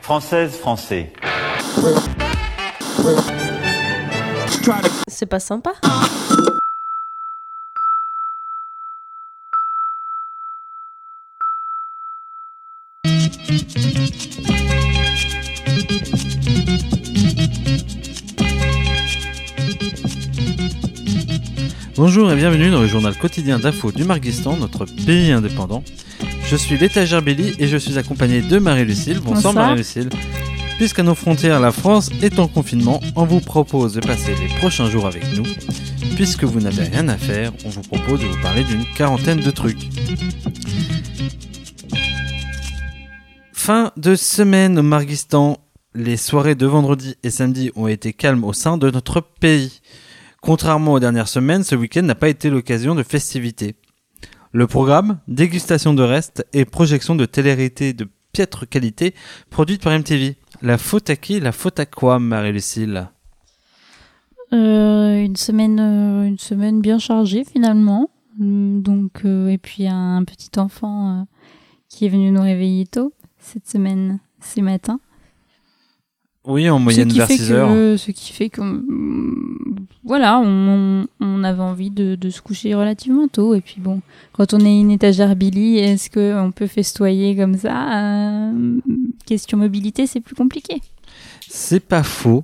Française, Français. C'est pas sympa. Bonjour et bienvenue dans le journal quotidien d'info du Marguistan, notre pays indépendant. Je suis l'étagère Billy et je suis accompagné de Marie-Lucille. Bonsoir Marie-Lucille. Puisqu'à nos frontières, la France est en confinement, on vous propose de passer les prochains jours avec nous. Puisque vous n'avez rien à faire, on vous propose de vous parler d'une quarantaine de trucs. Fin de semaine au Marguistan. Les soirées de vendredi et samedi ont été calmes au sein de notre pays. Contrairement aux dernières semaines, ce week-end n'a pas été l'occasion de festivités. Le programme, dégustation de restes et projection de télé-réalités de piètre qualité produites par MTV. La faute à qui, la faute à quoi, Marie-Lucille ? Une semaine bien chargée finalement. Donc, et puis un petit enfant qui est venu nous réveiller tôt cette semaine, ce matin. Oui, en moyenne vers 6 heures. Ce qui fait que voilà, on avait envie de se coucher relativement tôt. Et puis bon, quand on est une étagère Billy, est-ce qu'on peut festoyer comme ça question mobilité, c'est plus compliqué. C'est pas faux.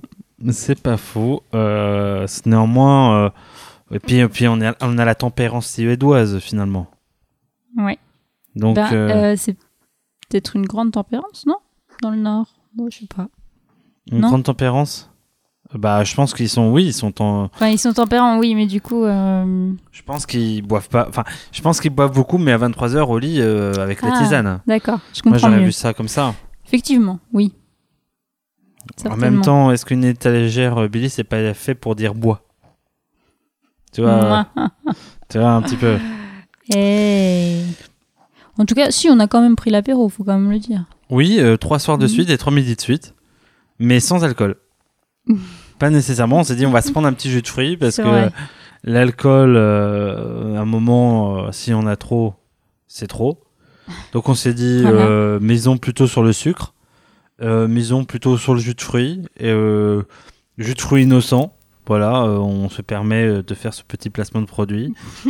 Néanmoins, et puis on a la tempérance suédoise finalement. Ouais. Donc c'est peut-être une grande tempérance, non ? Dans le nord, bon, je sais pas. Une grande tempérance ? Bah, je pense qu'ils sont Enfin, ils sont tempérants, oui, mais du coup... Je pense qu'ils boivent pas... Enfin, je pense qu'ils boivent beaucoup, mais à 23h au lit avec la tisane. D'accord, je comprends. Moi, j'aurais mieux. vu ça comme ça. Effectivement, oui. En même temps, est-ce qu'une étagère Billy, c'est pas fait pour dire bois ? Tu vois, tu vois un petit peu. Hey. En tout cas, si, on a quand même pris l'apéro, faut quand même le dire. Oui, 3 soirs de suite et 3 midis de suite, mais sans alcool. Pas nécessairement, on s'est dit on va se prendre un petit jus de fruits parce que l'alcool, à un moment, si on a trop, c'est trop. Donc on s'est dit misons plutôt sur le sucre, misons plutôt sur le jus de fruits, et jus de fruits innocent. Voilà, on se permet de faire ce petit placement de produit.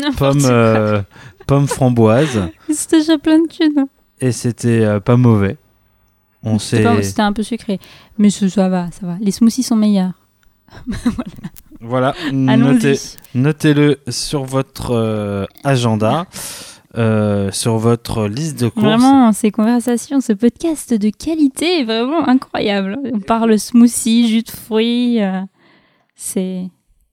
Pomme framboise. C'était déjà plein de thunes. Et c'était pas mauvais. C'était un peu sucré, mais ça va. Les smoothies sont meilleurs. Voilà, notez-le sur votre agenda, sur votre liste de courses. Vraiment, ces conversations, ce podcast de qualité est vraiment incroyable. On parle smoothie, jus de fruits, c'est...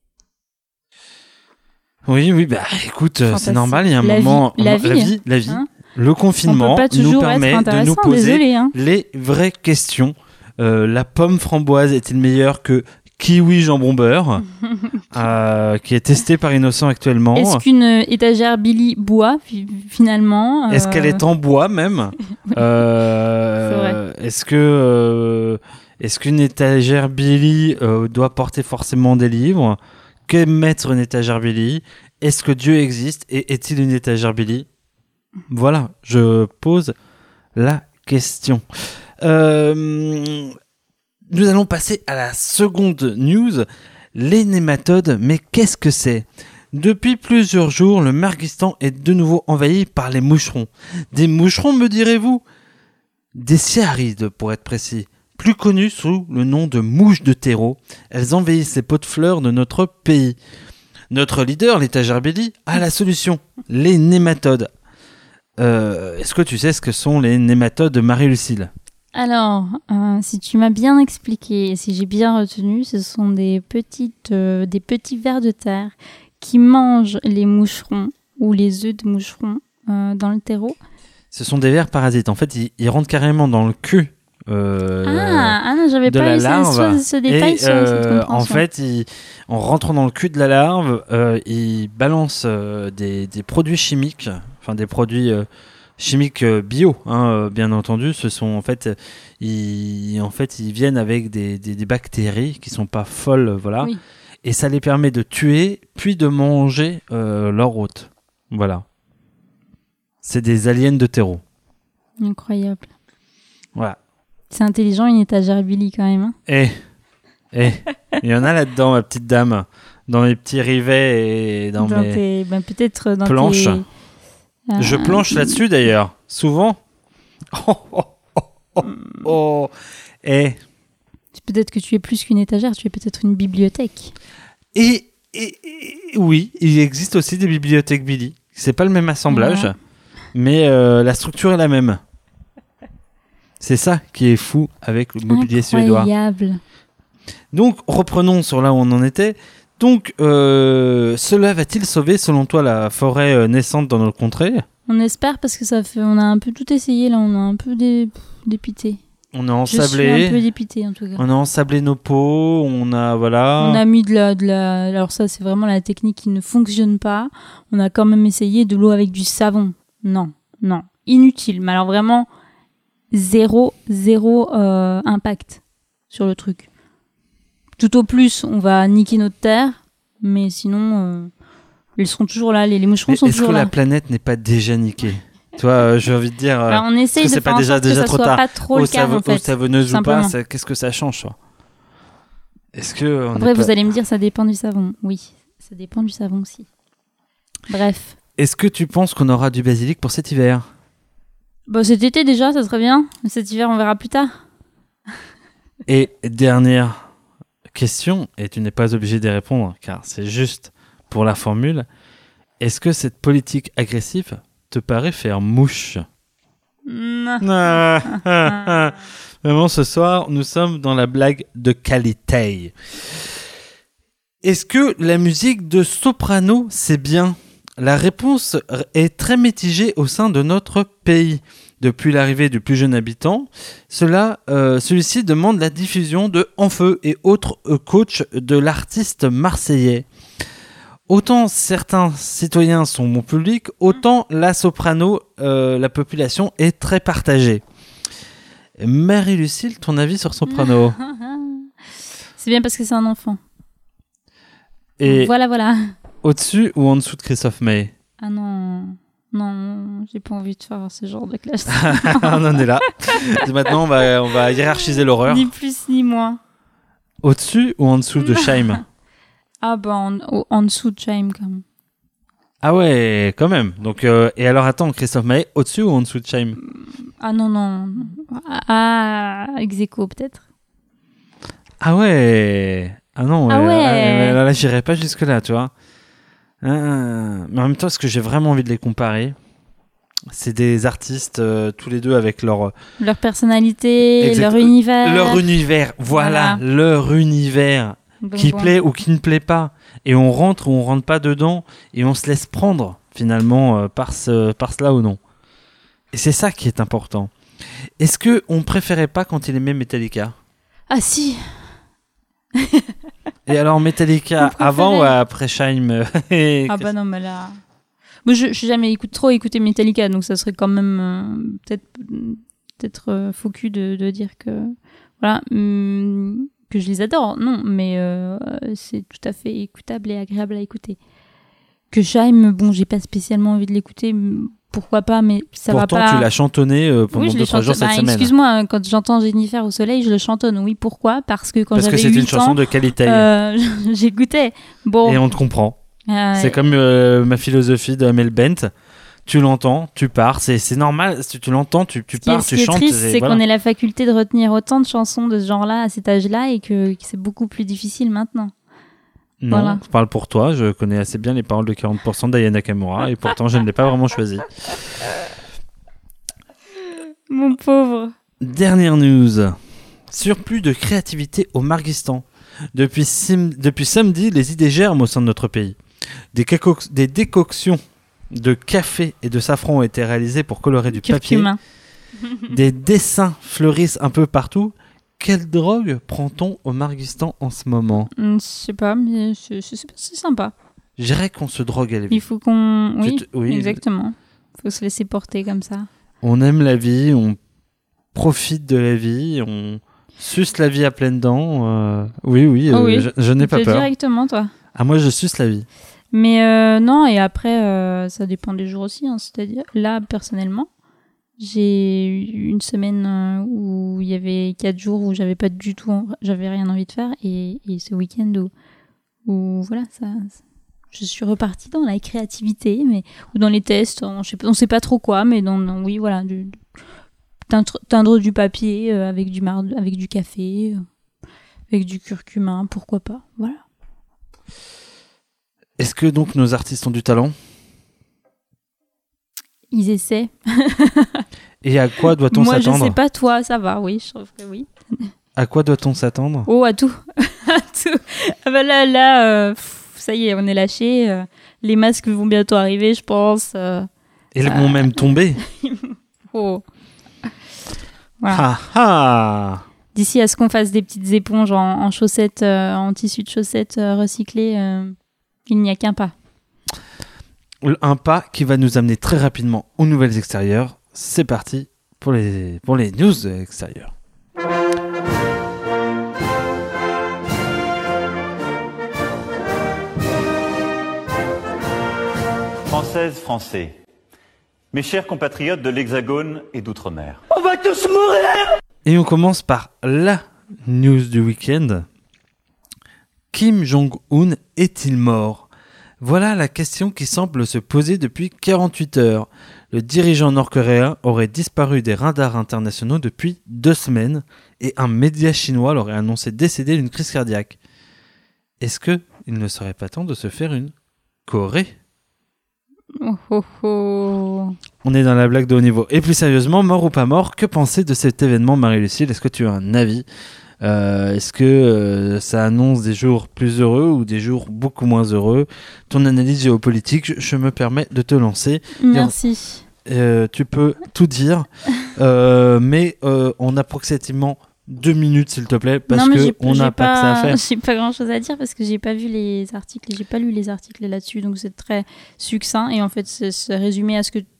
Oui, bah écoute, c'est normal, il y a un moment... La vie. Hein, le confinement nous permet de nous poser les vraies questions. La pomme framboise est-il meilleure que kiwi jambon beurre qui est testé par Innocent actuellement? Est-ce qu'une étagère Billy boit finalement Est-ce qu'elle est en bois même? C'est vrai. Est-ce qu'une étagère Billy doit porter forcément des livres? Qu'est mettre une étagère Billy? Est-ce que Dieu existe et est-il une étagère Billy? Voilà, je pose la question. Nous allons passer à la seconde news, les nématodes. Mais qu'est-ce que c'est ? Depuis plusieurs jours, le Marguistan est de nouveau envahi par les moucherons. Des moucherons, me direz-vous ? Des cyarides, pour être précis, plus connues sous le nom de mouches de terreau. Elles envahissent les pots de fleurs de notre pays. Notre leader, l'étagère Billy, a la solution, les nématodes. Est-ce que tu sais ce que sont les nématodes, Marie-Lucille ? Alors, si tu m'as bien expliqué et si j'ai bien retenu, ce sont des petits vers de terre qui mangent les moucherons ou les œufs de moucherons dans le terreau. Ce sont des vers parasites. En fait, ils rentrent carrément dans le cul non, j'avais de pas la eu larve. ce détail sur cette compréhension. En fait, en rentrant dans le cul de la larve, ils balancent des produits chimiques, enfin des produits chimiques bio, bien entendu. Ce sont en fait, ils viennent avec des bactéries qui sont pas folles, voilà. Oui. Et ça les permet de tuer puis de manger leur hôte. Voilà. C'est des aliens de terreau. Incroyable. Voilà. C'est intelligent une étagère Billy quand même. Hein. Il y en a là-dedans, ma petite dame, dans mes petits rivets et dans mes peut-être dans planches. tes... Je planche là-dessus d'ailleurs, souvent. Peut-être que tu es plus qu'une étagère, tu es peut-être une bibliothèque. Et oui, il existe aussi des bibliothèques Billy. C'est pas le même assemblage, mais la structure est la même. C'est ça qui est fou avec le mobilier suédois. Incroyable. Donc, reprenons sur là où on en était. Donc, cela va-t-il sauver, selon toi, la forêt naissante dans notre contrée ? On espère parce que on a un peu tout essayé là, on a un peu dépité. On a ensablé. Je suis un peu dépité en tout cas. On a ensablé nos pots, on a mis de la... Alors ça, c'est vraiment la technique qui ne fonctionne pas. On a quand même essayé de l'eau avec du savon. Non, inutile. Mais alors vraiment, zéro impact sur le truc. Tout au plus, on va niquer notre terre, mais sinon, ils seront toujours là, les moucherons sont toujours là. Est-ce que la planète n'est pas déjà niquée ? Toi, j'ai envie de dire, on essaye de c'est faire pas en sorte que ça trop soit tard. pas trop le cas, en fait. Savonneuse ou pas, qu'est-ce que ça change, toi ? Est-ce que Après, vous allez me dire, ça dépend du savon. Oui, ça dépend du savon aussi. Bref. Est-ce que tu penses qu'on aura du basilic pour cet hiver ? Cet été déjà, ça serait bien. Cet hiver, on verra plus tard. Et dernière question, et tu n'es pas obligé d'y répondre, car c'est juste pour la formule. Est-ce que cette politique agressive te paraît faire mouche ? Non. Vraiment, ce soir, nous sommes dans la blague de qualité. Est-ce que la musique de soprano, c'est bien ? La réponse est très mitigée au sein de notre pays. Depuis l'arrivée du plus jeune habitant, celui-ci demande la diffusion de En Feu et autres coachs de l'artiste marseillais. Autant certains citoyens sont bon public, autant la soprano, la population est très partagée. Marie-Lucille, ton avis sur soprano ? C'est bien parce que c'est un enfant. Et voilà. Au-dessus ou en dessous de Christophe Maé ? Ah non, j'ai pas envie de faire ce genre de clash. On en est là. Maintenant, on va hiérarchiser l'horreur. Ni plus ni moins. Au-dessus ou en dessous de Scheim ? Ah en dessous de Scheim quand même. Ah ouais, quand même. Donc, et alors attends, Christophe Maé, au-dessus ou en dessous de Scheim ? Ah non. Ah, ex-aequo peut-être. Ah ouais. Ah non, là, j'irai pas jusque-là, tu vois. Mais en même temps, ce que j'ai vraiment envie de les comparer, c'est des artistes tous les deux avec leur personnalité, leur univers. Leur univers, voilà. Leur univers qui plaît ou qui ne plaît pas. Et on rentre ou on rentre pas dedans et on se laisse prendre finalement par cela ou non. Et c'est ça qui est important. Est-ce qu'on préférait pas quand il aimait Metallica ? Ah si. Et alors Metallica avant ou après Scheim ? Ah bah non, mais là... Moi, je n'ai jamais trop écouté Metallica, donc ça serait quand même peut-être faux cul de dire que... Voilà, que je les adore. Non, mais c'est tout à fait écoutable et agréable à écouter. Que Scheim, bon, j'ai pas spécialement envie de l'écouter... Pourquoi pas, mais ça pourtant, va pas... Pourtant, tu l'as chantonné pendant 2-3 jours cette semaine. Excuse-moi, quand j'entends Jennifer au soleil, je le chantonne. Oui, pourquoi ? Parce que quand j'avais 8 ans... Parce que c'est une chanson de qualité. J'écoutais. Bon. Et on te comprend. C'est comme ma philosophie de Mel Bent. Tu l'entends, tu pars. C'est normal. Tu l'entends, tu pars, tu chantes. Ce qui est triste, c'est qu'on ait la faculté de retenir autant de chansons de ce genre-là à cet âge-là et que c'est beaucoup plus difficile maintenant. Non, voilà. Je parle pour toi, je connais assez bien les paroles de 40% d'Aya Nakamura et pourtant je ne l'ai pas vraiment choisi. Mon pauvre. Dernière news. Surplus de créativité au Marguistan. Depuis samedi, les idées germent au sein de notre pays. Des décoctions de café et de safran ont été réalisées pour colorer du papier. Des dessins fleurissent un peu partout. Quelle drogue prend-on au Marguistan en ce moment ? Je sais pas, mais c'est sympa. Je dirais qu'on se drogue à la vie. Il faut qu'on... Oui, exactement. Il faut se laisser porter comme ça. On aime la vie, on profite de la vie, on suce la vie à pleines dents. Oui, je n'ai pas peur. Directement, toi. Ah, moi, je suce la vie. Mais non, et après, ça dépend des jours aussi. Hein, c'est-à-dire, là, personnellement, j'ai eu une semaine où il y avait 4 jours où j'avais rien envie de faire, et ce week-end où voilà, je suis repartie dans la créativité, ou dans les tests, on sait pas trop quoi, mais oui, voilà, teindre du papier avec du café, avec du curcuma, pourquoi pas, voilà. Est-ce que donc nos artistes ont du talent ? Ils essaient. Et à quoi doit-on s'attendre ? Moi, je sais pas, toi, ça va, oui, je trouve que oui. À quoi doit-on s'attendre ? Oh, à tout. À tout. Ah bah là, ça y est, on est lâché. Les masques vont bientôt arriver, je pense. Ils vont même tomber. Oh. Voilà. D'ici à ce qu'on fasse des petites éponges en chaussettes, en tissu de chaussettes recyclées, il n'y a qu'un pas. Un pas qui va nous amener très rapidement aux nouvelles extérieures. C'est parti pour les news extérieures. Françaises, Français, mes chers compatriotes de l'Hexagone et d'Outre-mer. On va tous mourir! Et on commence par la news du week-end. Kim Jong-un est-il mort ? Voilà la question qui semble se poser depuis 48 heures. Le dirigeant nord-coréen aurait disparu des radars internationaux depuis 2 semaines et un média chinois l'aurait annoncé décédé d'une crise cardiaque. Est-ce qu'il ne serait pas temps de se faire une Corée ? On est dans la blague de haut niveau. Et plus sérieusement, mort ou pas mort, que penser de cet événement, Marie-Lucille ? Est-ce que tu as un avis ? Est-ce que ça annonce des jours plus heureux ou des jours beaucoup moins heureux ? Ton analyse géopolitique, je me permets de te lancer. Merci. Tu peux tout dire, mais en approximativement 2 minutes, s'il te plaît, parce qu'on n'a pas que ça à faire. J'ai pas grand-chose à dire parce que j'ai pas vu les articles et j'ai pas lu les articles là-dessus, donc c'est très succinct et en fait c'est résumé à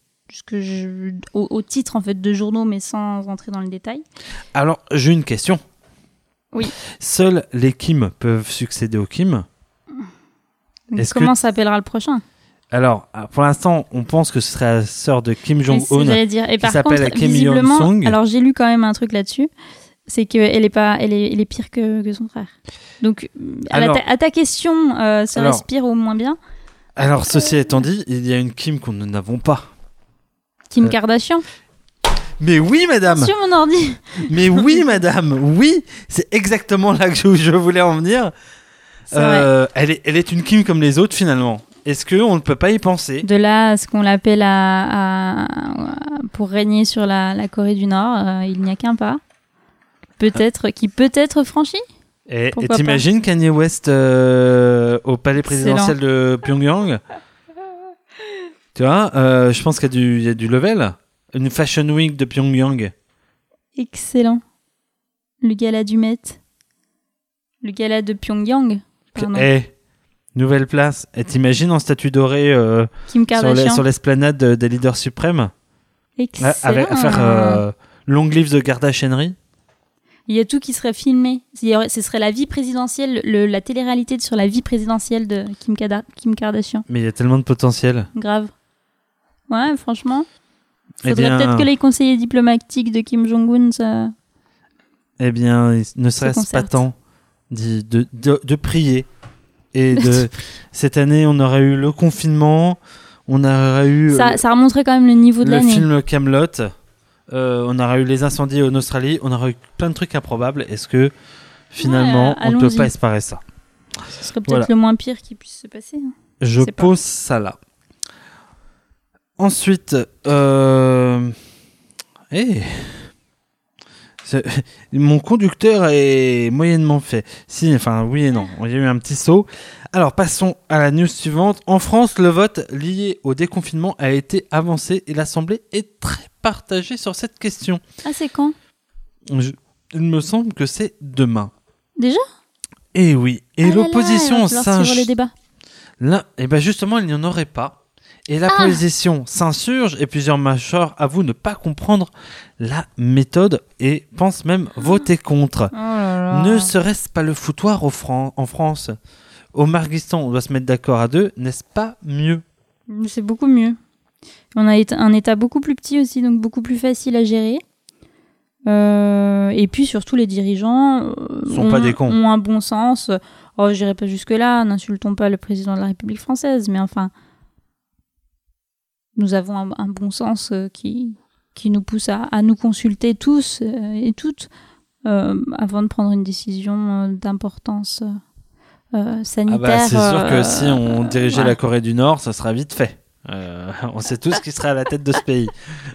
au titre en fait de journaux, mais sans entrer dans le détail. Alors j'ai une question. Oui. Seuls les Kim peuvent succéder aux Kim. Comment s'appellera le prochain ? Alors, pour l'instant, on pense que ce serait la sœur de Kim Jong-un qui s'appelle Kim Yong-sung. Alors j'ai lu quand même un truc là-dessus, c'est qu'elle est pire que son frère. Donc, à ta question, serait-ce pire ou moins bien ? Alors, ceci étant dit, il y a une Kim qu'on nous n'avons pas. Kim Kardashian ? Mais oui, madame. Sur mon ordi. Mais oui, madame. Oui, c'est exactement là que je voulais en venir. Elle est une Kim comme les autres, finalement. Est-ce qu'on ne peut pas y penser ? De là à ce qu'on l'appelle pour régner sur la Corée du Nord, il n'y a qu'un pas. Qui peut être franchi ? Et t'imagines Kanye West au palais présidentiel de Pyongyang ? Tu vois, je pense qu'il y a du level. Une Fashion Week de Pyongyang. Excellent. Le gala du Met. Le gala de Pyongyang. Nouvelle place. Et t'imagines en statue dorée Kim Kardashian sur l'esplanade des leaders suprêmes ? Excellent. Faire long live de Kardashianerie. Il y a tout qui serait filmé. Ce serait la vie présidentielle, la télé-réalité sur la vie présidentielle de Kim Kardashian. Mais il y a tellement de potentiel. Grave. Ouais, franchement. Faudrait peut-être que les conseillers diplomatiques de Kim Jong-un ne serait-ce pas temps de prier. Et cette année, on aurait eu le confinement, on aurait eu... Ça remonterait quand même le niveau de l'année. Le film Kaamelott, on aurait eu les incendies en Australie, on aurait eu plein de trucs improbables. Est-ce que, finalement, on ne peut pas espérer ça ? Ce serait peut-être le moins pire qui puisse se passer. Hein. Je pose ça là. Ensuite, mon conducteur est moyennement fait. Oui et non. Il y a eu un petit saut. Alors, passons à la news suivante. En France, le vote lié au déconfinement a été avancé et l'Assemblée est très partagée sur cette question. Ah, c'est quand ? Il me semble que c'est demain. Déjà ? Et oui. Et l'opposition s'insurge. Les débats. Là, justement, il n'y en aurait pas. Et la position s'insurge et plusieurs mâchoires avouent ne pas comprendre la méthode et pensent même voter contre. Oh là là. Ne serait-ce pas le foutoir en France ? Au Marguistan, on doit se mettre d'accord à 2, n'est-ce pas mieux ? C'est beaucoup mieux. On a un État beaucoup plus petit aussi, donc beaucoup plus facile à gérer. Et puis surtout les dirigeants Sont pas des cons. ont un bon sens. Oh, j'irai pas jusque là, n'insultons pas le président de la République française, mais enfin nous avons un bon sens qui nous pousse à nous consulter tous et toutes avant de prendre une décision d'importance sanitaire. C'est sûr que si on dirigeait voilà. la Corée du Nord, ça sera vite fait. On sait tous qui serait à la tête de ce pays.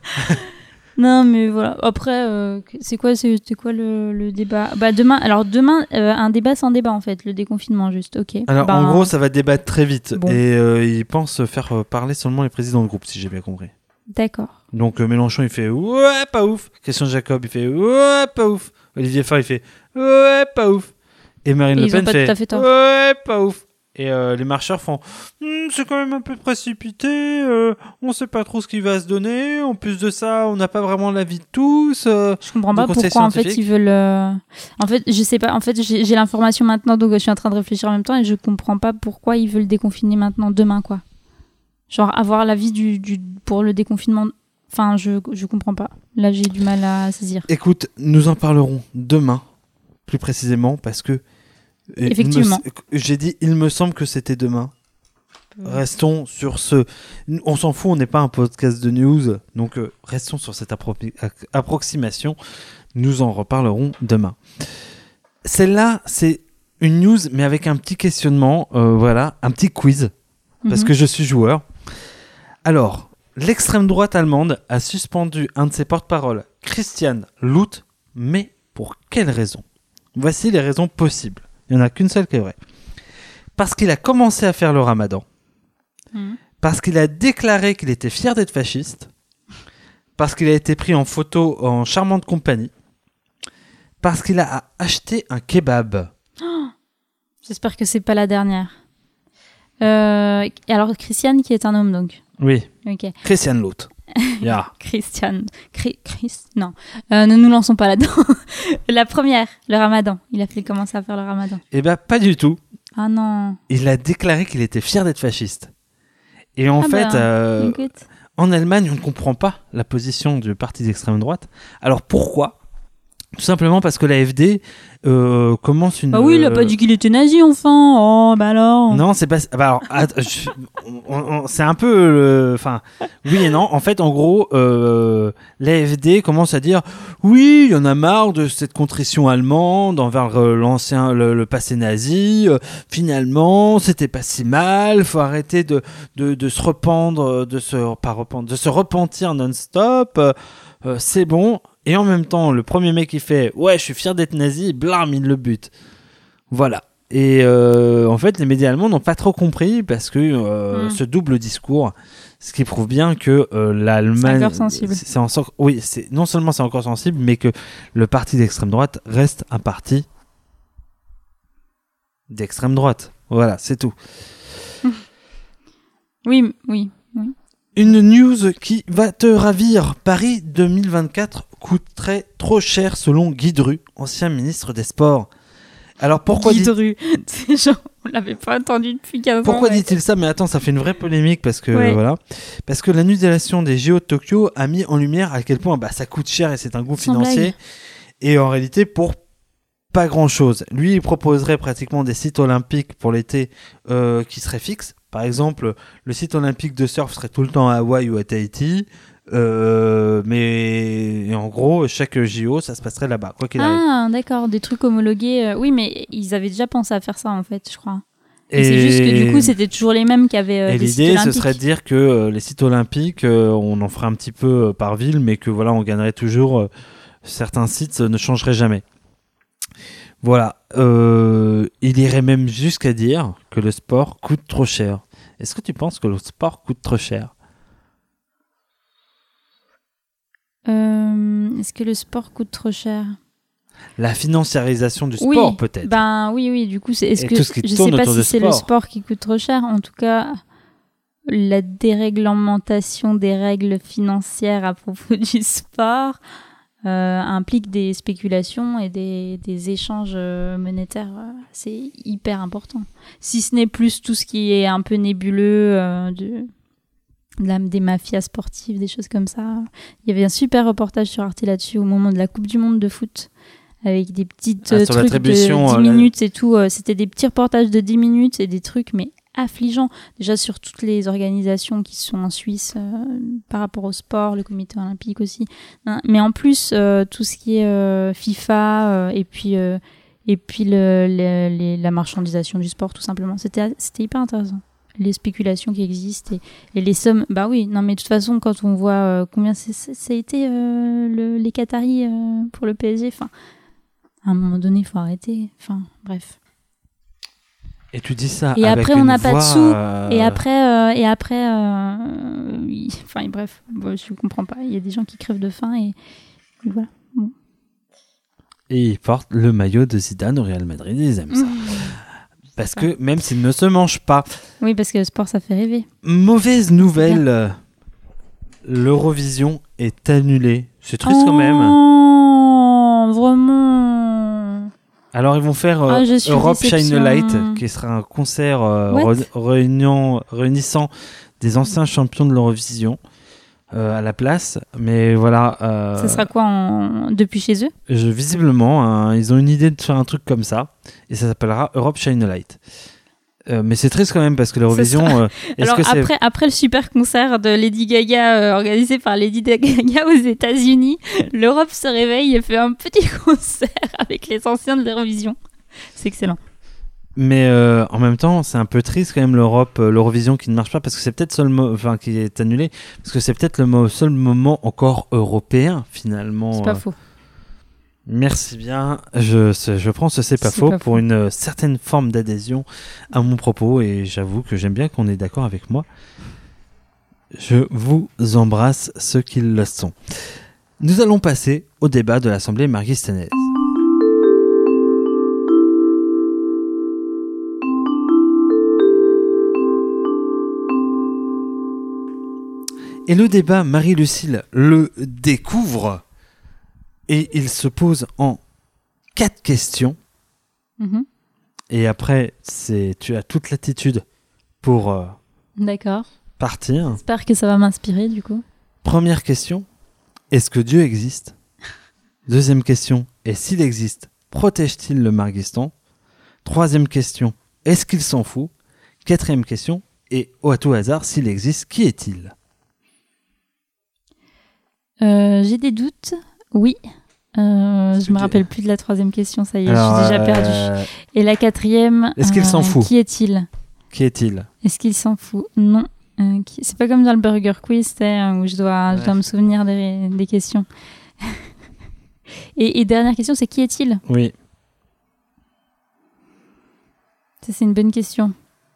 Non, mais voilà. Après, c'était quoi le débat? Demain, un débat sans débat, en fait, le déconfinement, juste, ok. Alors, en gros, ça va débattre très vite. Bon. Et ils pensent faire parler seulement les présidents de groupe, si j'ai bien compris. D'accord. Donc, Mélenchon, il fait « Ouais, pas ouf ». Christian Jacob, il fait « Ouais, pas ouf ». Olivier Faure, il fait « Ouais, pas ouf ». Et Marine Le Ils ont Pen pas fait tout à fait tort. « Ouais, pas ouf ». Et les marcheurs font c'est quand même un peu précipité, on sait pas trop ce qui va se donner, en plus de ça on n'a pas vraiment l'avis de tous. Je comprends pas du conseil pourquoi en fait scientifique. ils veulent. En fait, je sais pas. En fait, j'ai l'information maintenant, donc je suis en train de réfléchir en même temps et je comprends pas pourquoi ils veulent déconfiner maintenant, demain, quoi. Genre avoir l'avis pour le déconfinement. Enfin, je comprends pas. Là, j'ai du mal à saisir. Écoute, nous en parlerons demain, plus précisément, parce que Effectivement. j'ai dit il me semble que c'était demain. Restons sur ce. On s'en fout, on n'est pas un podcast de news, donc restons sur cette approximation. Nous en reparlerons demain. Celle-là, c'est une news, mais avec un petit questionnement, voilà, un petit quiz, parce que je suis joueur. Alors, l'extrême droite allemande a suspendu un de ses porte-parole, Christian Louth, mais pour quelle raison? Voici les raisons possibles. Il n'y en a qu'une seule qui est vraie. Parce qu'il a commencé à faire le ramadan. Parce qu'il a déclaré qu'il était fier d'être fasciste. Parce qu'il a été pris en photo en charmante compagnie. Parce qu'il a acheté un kebab. J'espère que c'est pas la dernière. Alors, Christiane, qui est un homme, donc. Oui. Ok. Christian Louth. Yeah. Christian. Non. Ne nous lançons pas là-dedans. La première, le ramadan. Il a fait commencer à faire le ramadan. Eh bien, pas du tout. Ah non. Il a déclaré qu'il était fier d'être fasciste. Et en fait, écoute. en Allemagne, on ne comprend pas la position du parti d'extrême droite. Alors pourquoi ? Tout simplement parce que l'AfD commence une... Bah oui, il a pas dit qu'il était nazi, enfin. Oh, bah alors. Non, c'est pas... Bah alors, c'est un peu... Enfin, oui et non. En fait, en gros, l'AfD commence à dire « Oui, il y en a marre de cette contrition allemande envers l'ancien, le passé nazi. Finalement, c'était pas si mal. Faut arrêter de se rependre, de se repentir non-stop. C'est bon. » Et en même temps, le premier mec qui fait « Ouais, je suis fier d'être nazi », blam, il le bute. Voilà. Et en fait, les médias allemands n'ont pas trop compris parce que ce double discours, ce qui prouve bien que l'Allemagne... C'est encore sensible. Oui, non seulement c'est encore sensible, mais que le parti d'extrême droite reste un parti d'extrême droite. Voilà, c'est tout. Oui. Une news qui va te ravir. Paris 2024 coûterait trop cher selon Guy Dru, ancien ministre des Sports. Alors pourquoi Guy Dru. C'est genre, on l'avait pas entendu depuis 15 ans. Pourquoi dit-il ça? Mais attends, ça fait une vraie polémique parce que voilà. Parce que l'annulation des JO de Tokyo a mis en lumière à quel point ça coûte cher et c'est un gouffre financier. Et en réalité, pour pas grand-chose. Lui, il proposerait pratiquement des sites olympiques pour l'été qui seraient fixes. Par exemple, le site olympique de surf serait tout le temps à Hawaï ou à Tahiti. Mais en gros, chaque JO, ça se passerait là-bas, quoi qu'il arrive. Ah, d'accord, des trucs homologués. Oui, mais ils avaient déjà pensé à faire ça, en fait, je crois. Et c'est juste que du coup, c'était toujours les mêmes qui avaient des sites olympiques. Et l'idée, ce serait de dire que les sites olympiques, on en ferait un petit peu par ville, mais que voilà, on gagnerait toujours. Certains sites ne changeraient jamais. Voilà. Il irait même jusqu'à dire que le sport coûte trop cher. Est-ce que tu penses que le sport coûte trop cher ? Est-ce que le sport coûte trop cher ? La financiarisation du sport, peut-être. Oui. Du coup, est-ce que tout ce qui je tourne sais pas autour si du c'est sport. le sport qui coûte trop cher. En tout cas, la déréglementation des règles financières à propos du sport implique des spéculations et des échanges monétaires. C'est hyper important. Si ce n'est plus tout ce qui est un peu nébuleux des mafias sportives, des choses comme ça. Il y avait un super reportage sur Arte là-dessus au moment de la Coupe du Monde de foot, avec des petites sur trucs de l'attribution, 10 minutes et tout. C'était des petits reportages de 10 minutes et des trucs, mais affligeants. Déjà sur toutes les organisations qui sont en Suisse par rapport au sport, le comité olympique aussi. Mais en plus, tout ce qui est FIFA et puis la marchandisation du sport, tout simplement. C'était hyper intéressant. Les spéculations qui existent et les sommes. Bah oui, non, mais de toute façon, quand on voit combien ça a été les Qataris pour le PSG, enfin, à un moment donné, il faut arrêter. Enfin, bref. Et tu dis ça et avec après, on une n'a pas de voix, sous. Et après, enfin, bref, je comprends pas. Il y a des gens qui crèvent de faim et voilà. Bon. Et il porte le maillot de Zidane au Real Madrid, ils aiment ça. Parce que même s'il ne se mange pas. Oui, parce que le sport, ça fait rêver. Mauvaise nouvelle, l'Eurovision est annulée. C'est triste quand même. Oh, vraiment. Alors ils vont faire Europe Shine a Light, qui sera un concert réunissant des anciens champions de l'Eurovision à la place. Mais voilà. Ça sera quoi depuis chez eux ? Visiblement, ils ont une idée de faire un truc comme ça, et ça s'appellera Europe Shine a Light. Mais c'est triste quand même parce que l'Eurovision. Alors après le super concert de Lady Gaga organisé par Lady Gaga aux États-Unis, l'Europe se réveille et fait un petit concert avec les anciens de l'Eurovision. C'est excellent. Mais en même temps, c'est un peu triste quand même l'Eurovision qui ne marche pas parce que c'est peut-être qui est annulé parce que c'est peut-être le seul moment encore européen finalement. C'est pas faux. Merci bien. Je prends ce c'est pas faux pour une certaine forme d'adhésion à mon propos et j'avoue que j'aime bien qu'on est d'accord avec moi. Je vous embrasse ceux qui le sont. Nous allons passer au débat de l'Assemblée marguistanaise. Et le débat, Marie-Lucille le découvre. Et il se pose en 4 questions. Mm-hmm. Et après, tu as toute l'attitude pour D'accord. Partir. J'espère que ça va m'inspirer du coup. Première question, est-ce que Dieu existe ? Deuxième question, et s'il existe, protège-t-il le Marguistan ? Troisième question, est-ce qu'il s'en fout ? Quatrième question, et à tout hasard, s'il existe, qui est-il ? J'ai des doutes. Oui. Je me rappelle plus de la troisième question, ça y est, je suis déjà perdue. Et la quatrième, est-ce qu'il s'en fout ? Qui est-il ? Qui est-il ? Est-ce qu'il s'en fout ? Non. C'est pas comme dans le Burger Quiz, où je dois me souvenir des questions. et dernière question, c'est qui est-il ? Oui. Ça, c'est une bonne question.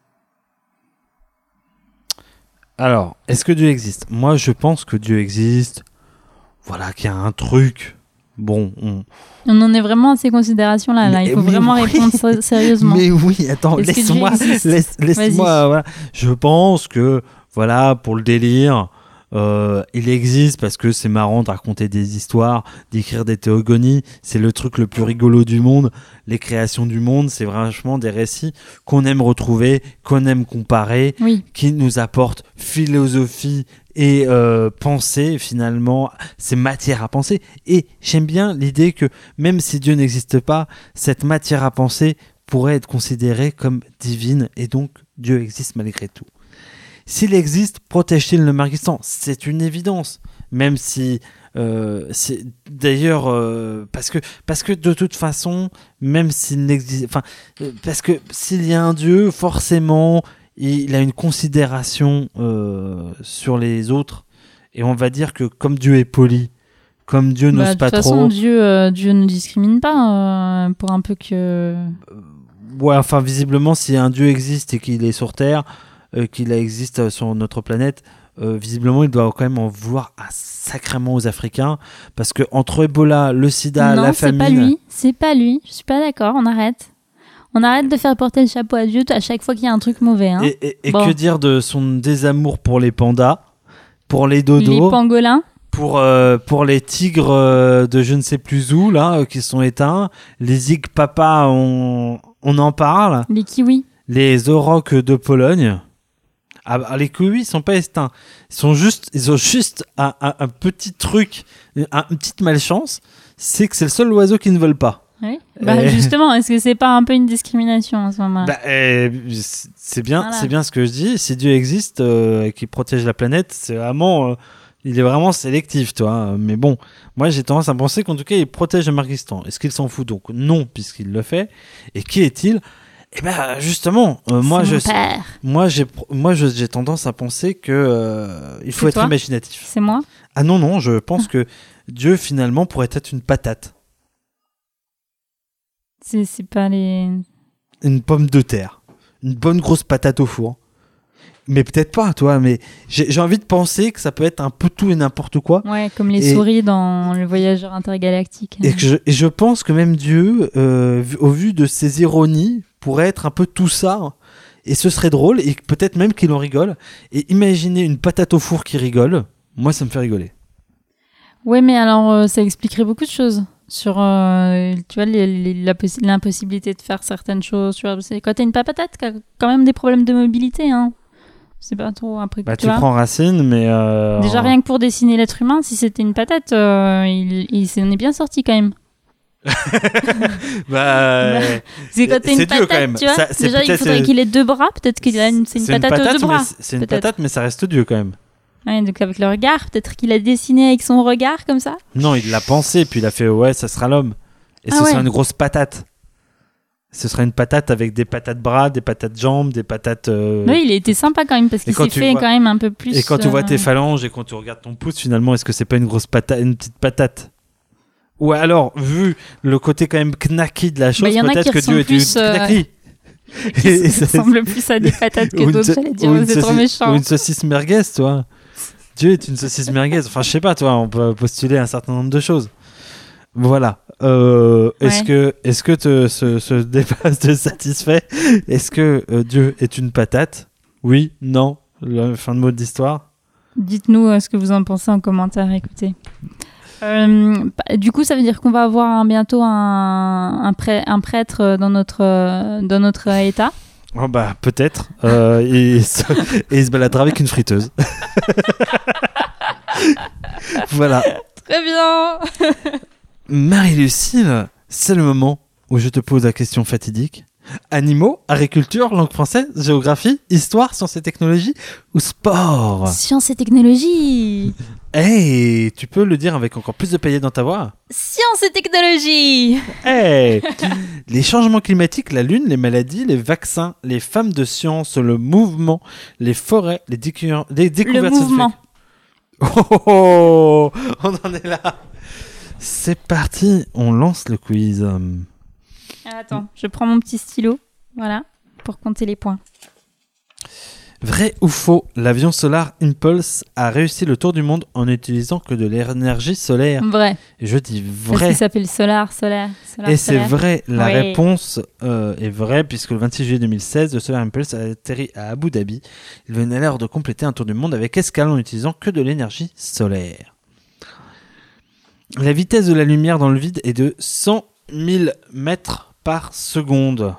Alors, est-ce que Dieu existe ? Moi, je pense que Dieu existe. Voilà, qu'il y a un truc. Bon, on en est vraiment à ces considérations-là. Là. Il faut vraiment répondre sérieusement. Mais oui, attends, laisse-moi. Voilà. Je pense que, voilà, pour le délire, il existe parce que c'est marrant de raconter des histoires, d'écrire des théogonies. C'est le truc le plus rigolo du monde. Les créations du monde, c'est vraiment des récits qu'on aime retrouver, qu'on aime comparer, qui nous apportent philosophie et penser, finalement, c'est matière à penser. Et j'aime bien l'idée que même si Dieu n'existe pas, cette matière à penser pourrait être considérée comme divine et donc Dieu existe malgré tout. S'il existe, protège-t-il le Marguistan ? C'est une évidence, même si c'est d'ailleurs parce que de toute façon, même s'il n'existe, parce que s'il y a un Dieu, forcément il a une considération sur les autres, et on va dire que comme Dieu est poli, comme Dieu n'ose pas trop. De toute façon, Dieu ne discrimine pas pour un peu que. Ouais, enfin visiblement, si un Dieu existe et qu'il est sur Terre, qu'il existe sur notre planète, visiblement, il doit quand même en vouloir sacrément aux Africains, parce que entre Ebola, le SIDA, la famine. C'est pas lui. Je suis pas d'accord. On arrête. On arrête de faire porter le chapeau à Dieu à chaque fois qu'il y a un truc mauvais. Hein. Et bon. Que dire de son désamour pour les pandas, pour les dodos, les pangolins, pour les tigres de je ne sais plus où là qui sont éteints, les zig papa, on en parle. Les kiwis, les aurochs de Pologne. Ah, les kiwis, ils sont pas extincts. Ils ont juste un petit truc, une petite malchance, c'est que c'est le seul oiseau qui ne vole pas. Oui. Justement, est-ce que c'est pas un peu une discrimination à ce moment-là? C'est bien ce que je dis. Si Dieu existe et qu'il protège la planète, c'est vraiment, il est vraiment sélectif, toi. Mais bon, moi j'ai tendance à penser qu'en tout cas il protège le Marguistan. Est-ce qu'il s'en fout? Donc non, puisqu'il le fait. Et qui est-il? Eh ben justement, moi j'ai tendance à penser que il faut être imaginatif. C'est moi? Ah non, je pense que Dieu finalement pourrait être une patate. C'est pas les... Une pomme de terre. Une bonne grosse patate au four. Mais peut-être pas, toi, mais j'ai envie de penser que ça peut être un peu tout et n'importe quoi. Ouais, comme les souris dans le voyageur intergalactique. Et je pense que même Dieu, au vu de ses ironies, pourrait être un peu tout ça. Et ce serait drôle, et peut-être même qu'il en rigole. Et imaginer une patate au four qui rigole, moi ça me fait rigoler. Ouais, mais alors ça expliquerait beaucoup de choses. Sur tu vois l'impossibilité de faire certaines choses, tu vois, c'est quand t'as une patate qui a quand même des problèmes de mobilité, hein. C'est pas trop après tu prends Racine, mais déjà rien que pour dessiner l'être humain, si c'était une patate, il s'en est bien sorti quand même. C'est quand t'as une patate, quand même. Tu vois, déjà il faudrait qu'il ait 2 bras, peut-être c'est une patate aux 2 bras. C'est une patate, mais ça reste Dieu quand même. Ouais, donc avec le regard, peut-être qu'il a dessiné avec son regard comme ça. Non, il l'a pensé, puis il a fait ouais, ça sera l'homme. Et ce sera une grosse patate. Ce sera une patate avec des patates bras, des patates jambes, des patates. Oui, il a été sympa quand même parce qu'il s'est fait quand même un peu plus. Et quand tu vois tes phalanges et quand tu regardes ton pouce, finalement, est-ce que c'est pas une grosse patate, une petite patate? Ou alors, vu le côté quand même knacky de la chose, peut-être que Dieu est une knacky. Ça ressemble plus à des patates que d'autres, j'allais dire. C'est trop méchant. Ou une saucisse merguez, toi. Dieu est une saucisse merguez. Enfin, je sais pas, toi, on peut postuler un certain nombre de choses. Voilà. Est-ce que ce débat te satisfait? Est-ce que Dieu est une patate? Oui, non. Fin de mot de l'histoire. Dites-nous ce que vous en pensez en commentaire. Écoutez. Du coup, ça veut dire qu'on va avoir bientôt un prêtre dans notre état. Oh bah peut-être. Et il se baladera avec une friteuse. Voilà. Très bien. Marie-Lucille, c'est le moment où je te pose la question fatidique. Animaux, agriculture, langue française, géographie, histoire, sciences et technologies ou sport? Sciences et technologies. Hey, tu peux le dire avec encore plus de paillettes dans ta voix? Sciences et technologies. Hey. Les changements climatiques, la lune, les maladies, les vaccins, les femmes de science, le mouvement, les forêts, les découvertes. Le mouvement. Oh, on en est là. C'est parti, on lance le quiz. Attends, je prends mon petit stylo, voilà, pour compter les points. Vrai ou faux, l'avion Solar Impulse a réussi le tour du monde en n'utilisant que de l'énergie solaire? Vrai. Et je dis vrai. Parce qu'il s'appelle solaire. Et c'est vrai, la réponse est vraie, puisque le 26 juillet 2016, le Solar Impulse a atterri à Abu Dhabi. Il venait alors de compléter un tour du monde avec escale en n'utilisant que de l'énergie solaire. La vitesse de la lumière dans le vide est de 100 000 mètres par seconde.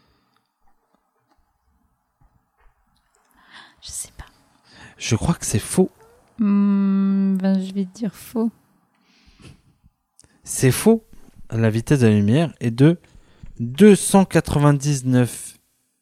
Je sais pas. Je crois que c'est faux. Je vais dire faux. C'est faux. La vitesse de la lumière est de 299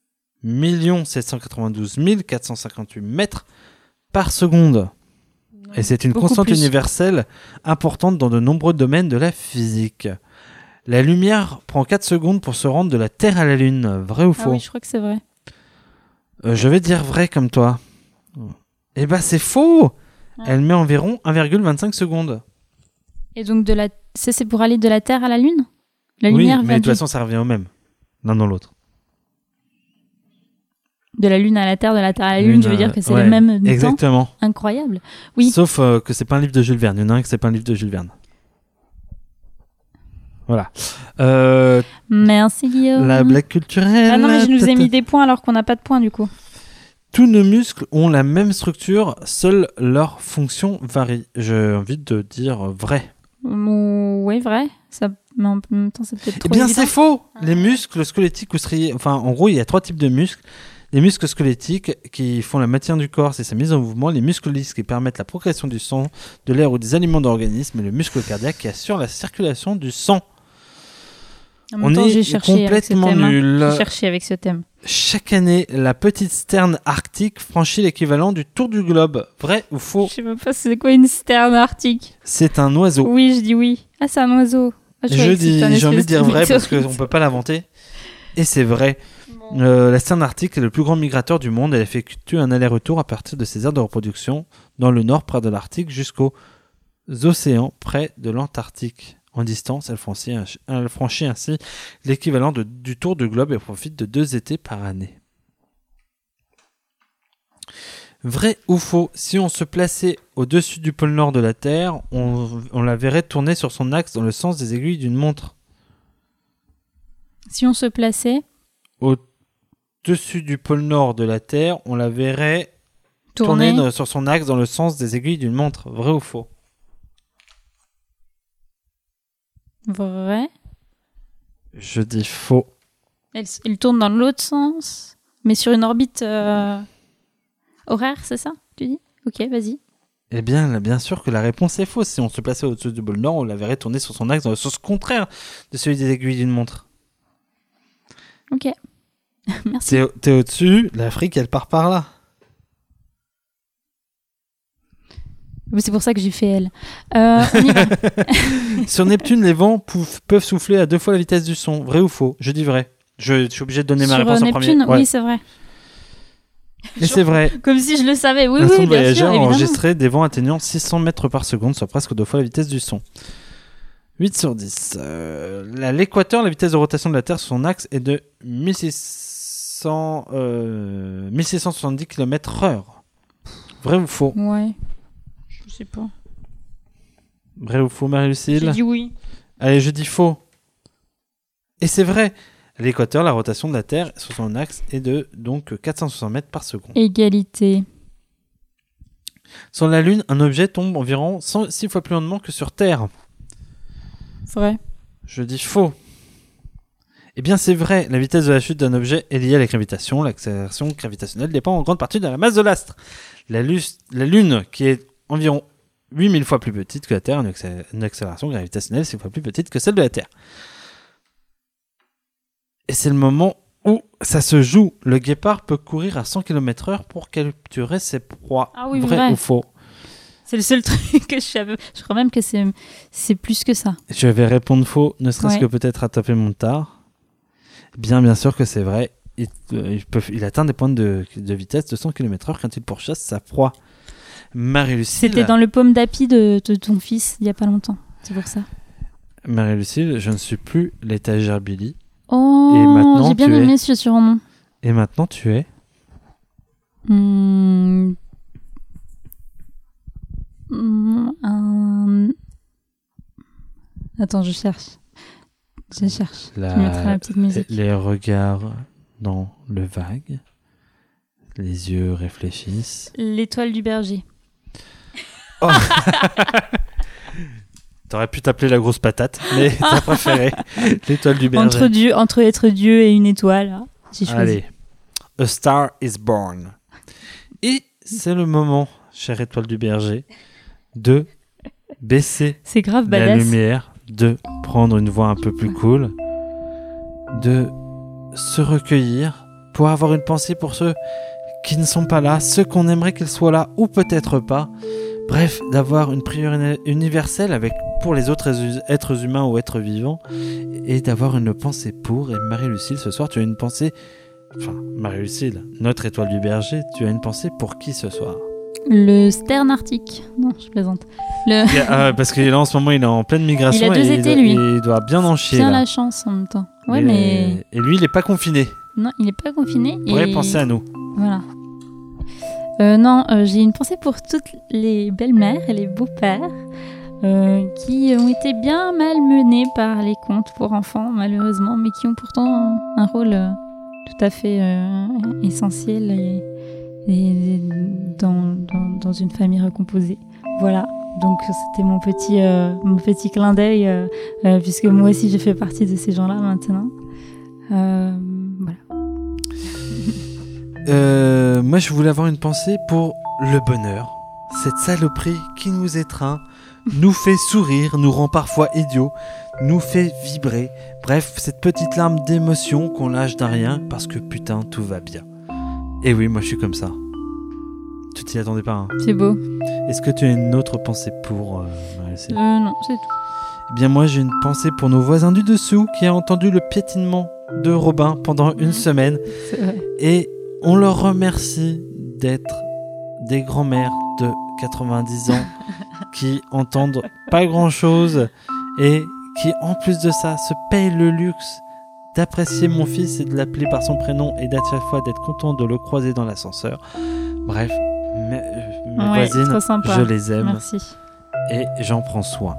792 458 mètres par seconde. Et c'est une constante universelle importante dans de nombreux domaines de la physique. La lumière prend 4 secondes pour se rendre de la Terre à la Lune. Vrai ou faux? Oui, je crois que c'est vrai. Je vais dire vrai comme toi. Eh ben c'est faux. Elle met environ 1,25 secondes. Et donc c'est pour aller de la Terre à la Lune? La lumière mais de toute façon ça revient au même. L'un dans l'autre. De la Lune à la Terre, de la Terre à la Lune, je veux dire que c'est le même temps. Exactement. Incroyable. Oui. Sauf que c'est pas un livre de Jules Verne. Il y en a un que c'est pas un livre de Jules Verne. Voilà. Merci Guillaume. La blague culturelle. Ah non, mais je nous ai mis des points alors qu'on n'a pas de points du coup. Tous nos muscles ont la même structure, seule leur fonction varie. J'ai envie de dire vrai. Oui, vrai. Mais en même temps, c'est peut-être trop Eh bien, évident. c'est faux. Les muscles squelettiques ou striés. Enfin, en gros, il y a 3 types de muscles. Les muscles squelettiques qui font la matière du corps, c'est sa mise en mouvement. Les muscles lisses qui permettent la progression du sang, de l'air ou des aliments d'organisme. Et le muscle cardiaque qui assure la circulation du sang. En même temps, j'ai cherché complètement avec ce thème, nul. J'ai cherché avec ce thème. Chaque année, la petite sterne arctique franchit l'équivalent du tour du globe. Vrai ou faux? Je sais même pas c'est quoi une sterne arctique. C'est un oiseau. Oui, je dis oui. Ah, c'est un oiseau. Ah, J'ai envie de dire vrai parce qu'on ne peut pas l'inventer. Et c'est vrai. La sterne arctique est le plus grand migrateur du monde. Elle effectue un aller-retour à partir de ses aires de reproduction dans le nord près de l'Arctique jusqu'aux océans près de l'Antarctique. En distance, elle franchit ainsi l'équivalent du tour du globe et profite de 2 étés par année. Vrai ou faux, si on se plaçait au-dessus du pôle nord de la Terre, on la verrait tourner sur son axe dans le sens des aiguilles d'une montre. Si on se plaçait au-dessus du pôle nord de la Terre, on la verrait tourner sur son axe dans le sens des aiguilles d'une montre. Vrai ou faux? Vrai. Je dis faux. Elle tourne dans l'autre sens, mais sur une orbite horaire, c'est ça, tu dis? Ok, vas-y. Eh bien sûr que la réponse est fausse. Si on se plaçait au-dessus du pôle nord, on la verrait tourner sur son axe dans le sens contraire de celui des aiguilles d'une montre. Ok. Merci. T'es au-dessus, l'Afrique, elle part par là. C'est pour ça que j'ai fait elle. On y va. Sur Neptune, les vents peuvent souffler à 2 fois la vitesse du son. Vrai ou faux? Je dis vrai. Je suis obligé de donner ma réponse Neptune, en premier. Ouais. Oui, c'est vrai. Et c'est vrai. Comme si je le savais. Oui, Un oui, sonde bien voyageur sûr, a évidemment. enregistré des vents atteignant 600 mètres par seconde, soit presque 2 fois la vitesse du son. 8 sur 10. À l'équateur, la vitesse de rotation de la Terre sur son axe est de 1670 km/h. Vrai ou faux? Ouais. Je sais pas. Vrai ou faux, Marie-Lucille? J'ai dit oui. Allez, je dis faux. Et c'est vrai. À l'équateur, la rotation de la Terre sur son axe est de donc 460 mètres par seconde. Égalité. Sur la Lune, un objet tombe environ 6 fois plus lentement que sur Terre. Vrai. Je dis faux. Eh bien, c'est vrai. La vitesse de la chute d'un objet est liée à la gravitation. L'accélération gravitationnelle dépend en grande partie de la masse de l'astre. La Lune, qui est environ 8000 fois plus petite que la Terre, une accélération gravitationnelle 6 fois plus petite que celle de la Terre. Et c'est le moment où ça se joue. Le guépard peut courir à 100 km/h pour capturer ses proies. Ah oui, vrai ou faux? C'est le seul truc que je savais. Je crois même que c'est plus que ça. Je vais répondre faux, ne serait-ce que peut-être à taper mon tard. Bien sûr que c'est vrai. Il atteint des pointes de vitesse de 100 km/h quand il pourchasse sa proie. Marie-Lucille. C'était dans le pomme d'api de ton fils il y a pas longtemps. C'est pour ça. Marie-Lucille, je ne suis plus l'étagère Billy. Oh, et maintenant, j'ai bien aimé ce surnom. Et maintenant, tu es Attends, je cherche. Je mettrai la petite musique. Les regards dans le vague. Les yeux réfléchissent. L'étoile du berger. Oh. T'aurais pu t'appeler la grosse patate, mais t'as préféré l'étoile du berger. Entre être Dieu et une étoile, hein, j'ai choisi. Allez, A Star is Born. Et c'est le moment, chère étoile du berger, de baisser c'est grave la badass. lumière, de prendre une voix un peu plus cool, de se recueillir pour avoir une pensée pour ceux qui ne sont pas là, ceux qu'on aimerait qu'ils soient là ou peut-être pas. Bref, d'avoir une prière universelle pour les autres êtres humains ou êtres vivants et d'avoir une pensée pour. Et Marie-Lucille, ce soir, tu as une pensée... Enfin, Marie-Lucille, notre étoile du berger, tu as une pensée pour qui ce soir? Le sterne arctique. Non, je plaisante. Parce que là, en ce moment, il est en pleine migration. Il a 2 étés, lui. Et il doit bien en chier. Bien là. la chance en même temps. Ouais, mais... Et lui, il n'est pas confiné. Non, il n'est pas confiné. Il pourrait penser à nous. Voilà. J'ai une pensée pour toutes les belles-mères et les beaux-pères qui ont été bien malmenés par les contes pour enfants, malheureusement, mais qui ont pourtant un rôle tout à fait essentiel et dans une famille recomposée. Voilà. Donc c'était mon petit clin d'œil, puisque moi aussi je fais partie de ces gens-là maintenant. Voilà. Moi, je voulais avoir une pensée pour le bonheur. Cette saloperie qui nous étreint, nous fait sourire, nous rend parfois idiots, nous fait vibrer. Bref, cette petite larme d'émotion qu'on lâche d'un rien parce que putain, tout va bien. Et oui, moi, je suis comme ça. Tu t'y attendais pas, hein? C'est beau. Est-ce que tu as une autre pensée pour Marie-Cé? Non, c'est tout. Eh bien, moi, j'ai une pensée pour nos voisins du dessous qui ont entendu le piétinement de Robin pendant une semaine. C'est vrai. Et on leur remercie d'être des grands-mères de 90 ans qui entendent pas grand-chose et qui, en plus de ça, se payent le luxe d'apprécier mon fils et de l'appeler par son prénom et d'à chaque fois d'être content de le croiser dans l'ascenseur. Bref, mes voisines, trop sympa. je les aime Merci. et j'en prends soin.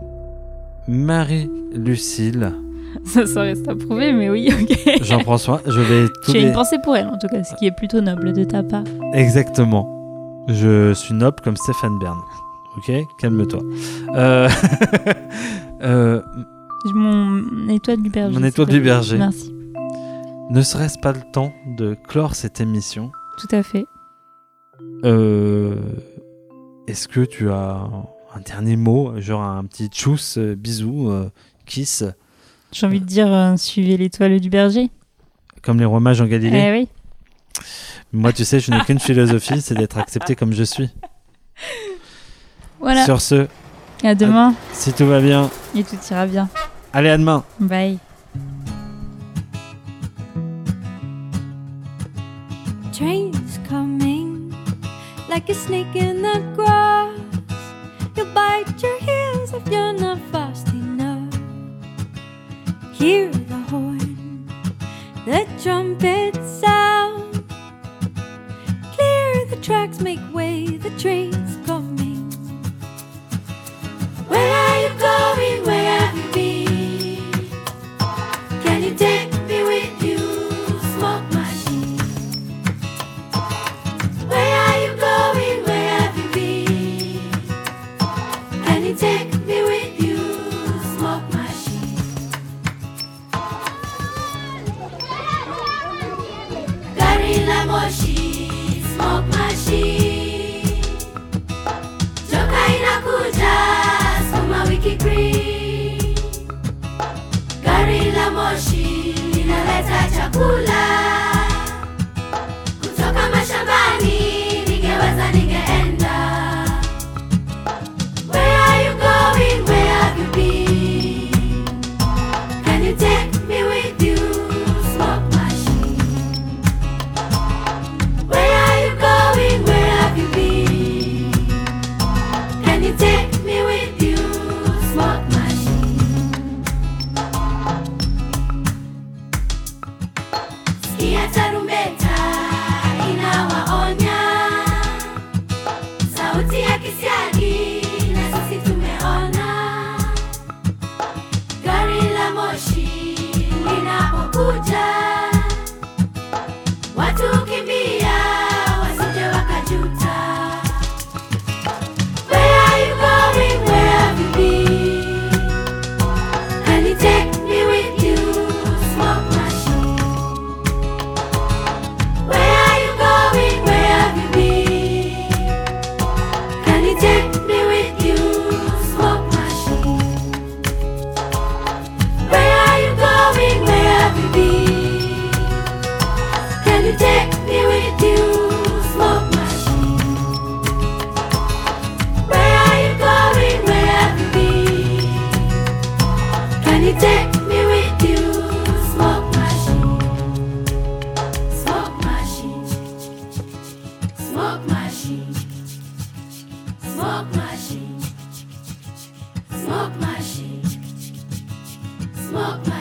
Marie-Lucille, Ça reste à prouver, mais oui, ok. j'en prends soin. Je vais tous Tu as les... une pensée pour elle, en tout cas, ce qui est plutôt noble de ta part. Exactement. Je suis noble comme Stéphane Bern. Ok, calme-toi. Mon étoile du berger. Mon étoile s'il te du plaît. berger. Merci. Ne serait-ce pas le temps de clore cette émission? Tout à fait. Est-ce que tu as un dernier mot, genre un petit tchuss, bisou, kiss, J'ai envie de dire, suivez l'étoile du berger. comme les rois mages en Galilée? Eh oui. Moi, tu sais, je n'ai qu'une philosophie, c'est d'être accepté comme je suis. Voilà. Sur ce, À demain. si tout va bien, Et tout ira bien. allez, à demain. Bye. Train's coming like a snake in the grass. You'll bite your heels if you're not fast enough. Hear the horn, the trumpet sound. Clear the tracks, make way, the train's coming. Where are you going? Where have you been? Can you take me with you, smoke machine? Where are you going? Where have you been? Can you take me with you, smoke machine? Gari la moshi, smoke machine. Joka inakuja, sukuma wiki green. Gari la moshi linaleta chakula kutoka mashambani, ningeweza ningeenda. Where are you going? Where have you been? Can you take me with you, smoke machine? Where are you going? Where have you been? Can you take me with you, smoke machine? Sikia tarumbeta inawaonya, sauti ya kisiagi na sisi tumeona. Gari la moshi linapokuja, watu kimbia wasije wakajuta. Where are you going? Where have you been? Can you take me with you, smoke machine? Where are you going? Where have you been? Can you take me with you, smoke machine? Where are you going? Where have you been? Can you take me with you, smoke machine? Where are you going? Where have you been? Can you take me with you, smoke machine? Smoke machine. Smoke machine. Smoke machine. Smoke machine. Smoke machine.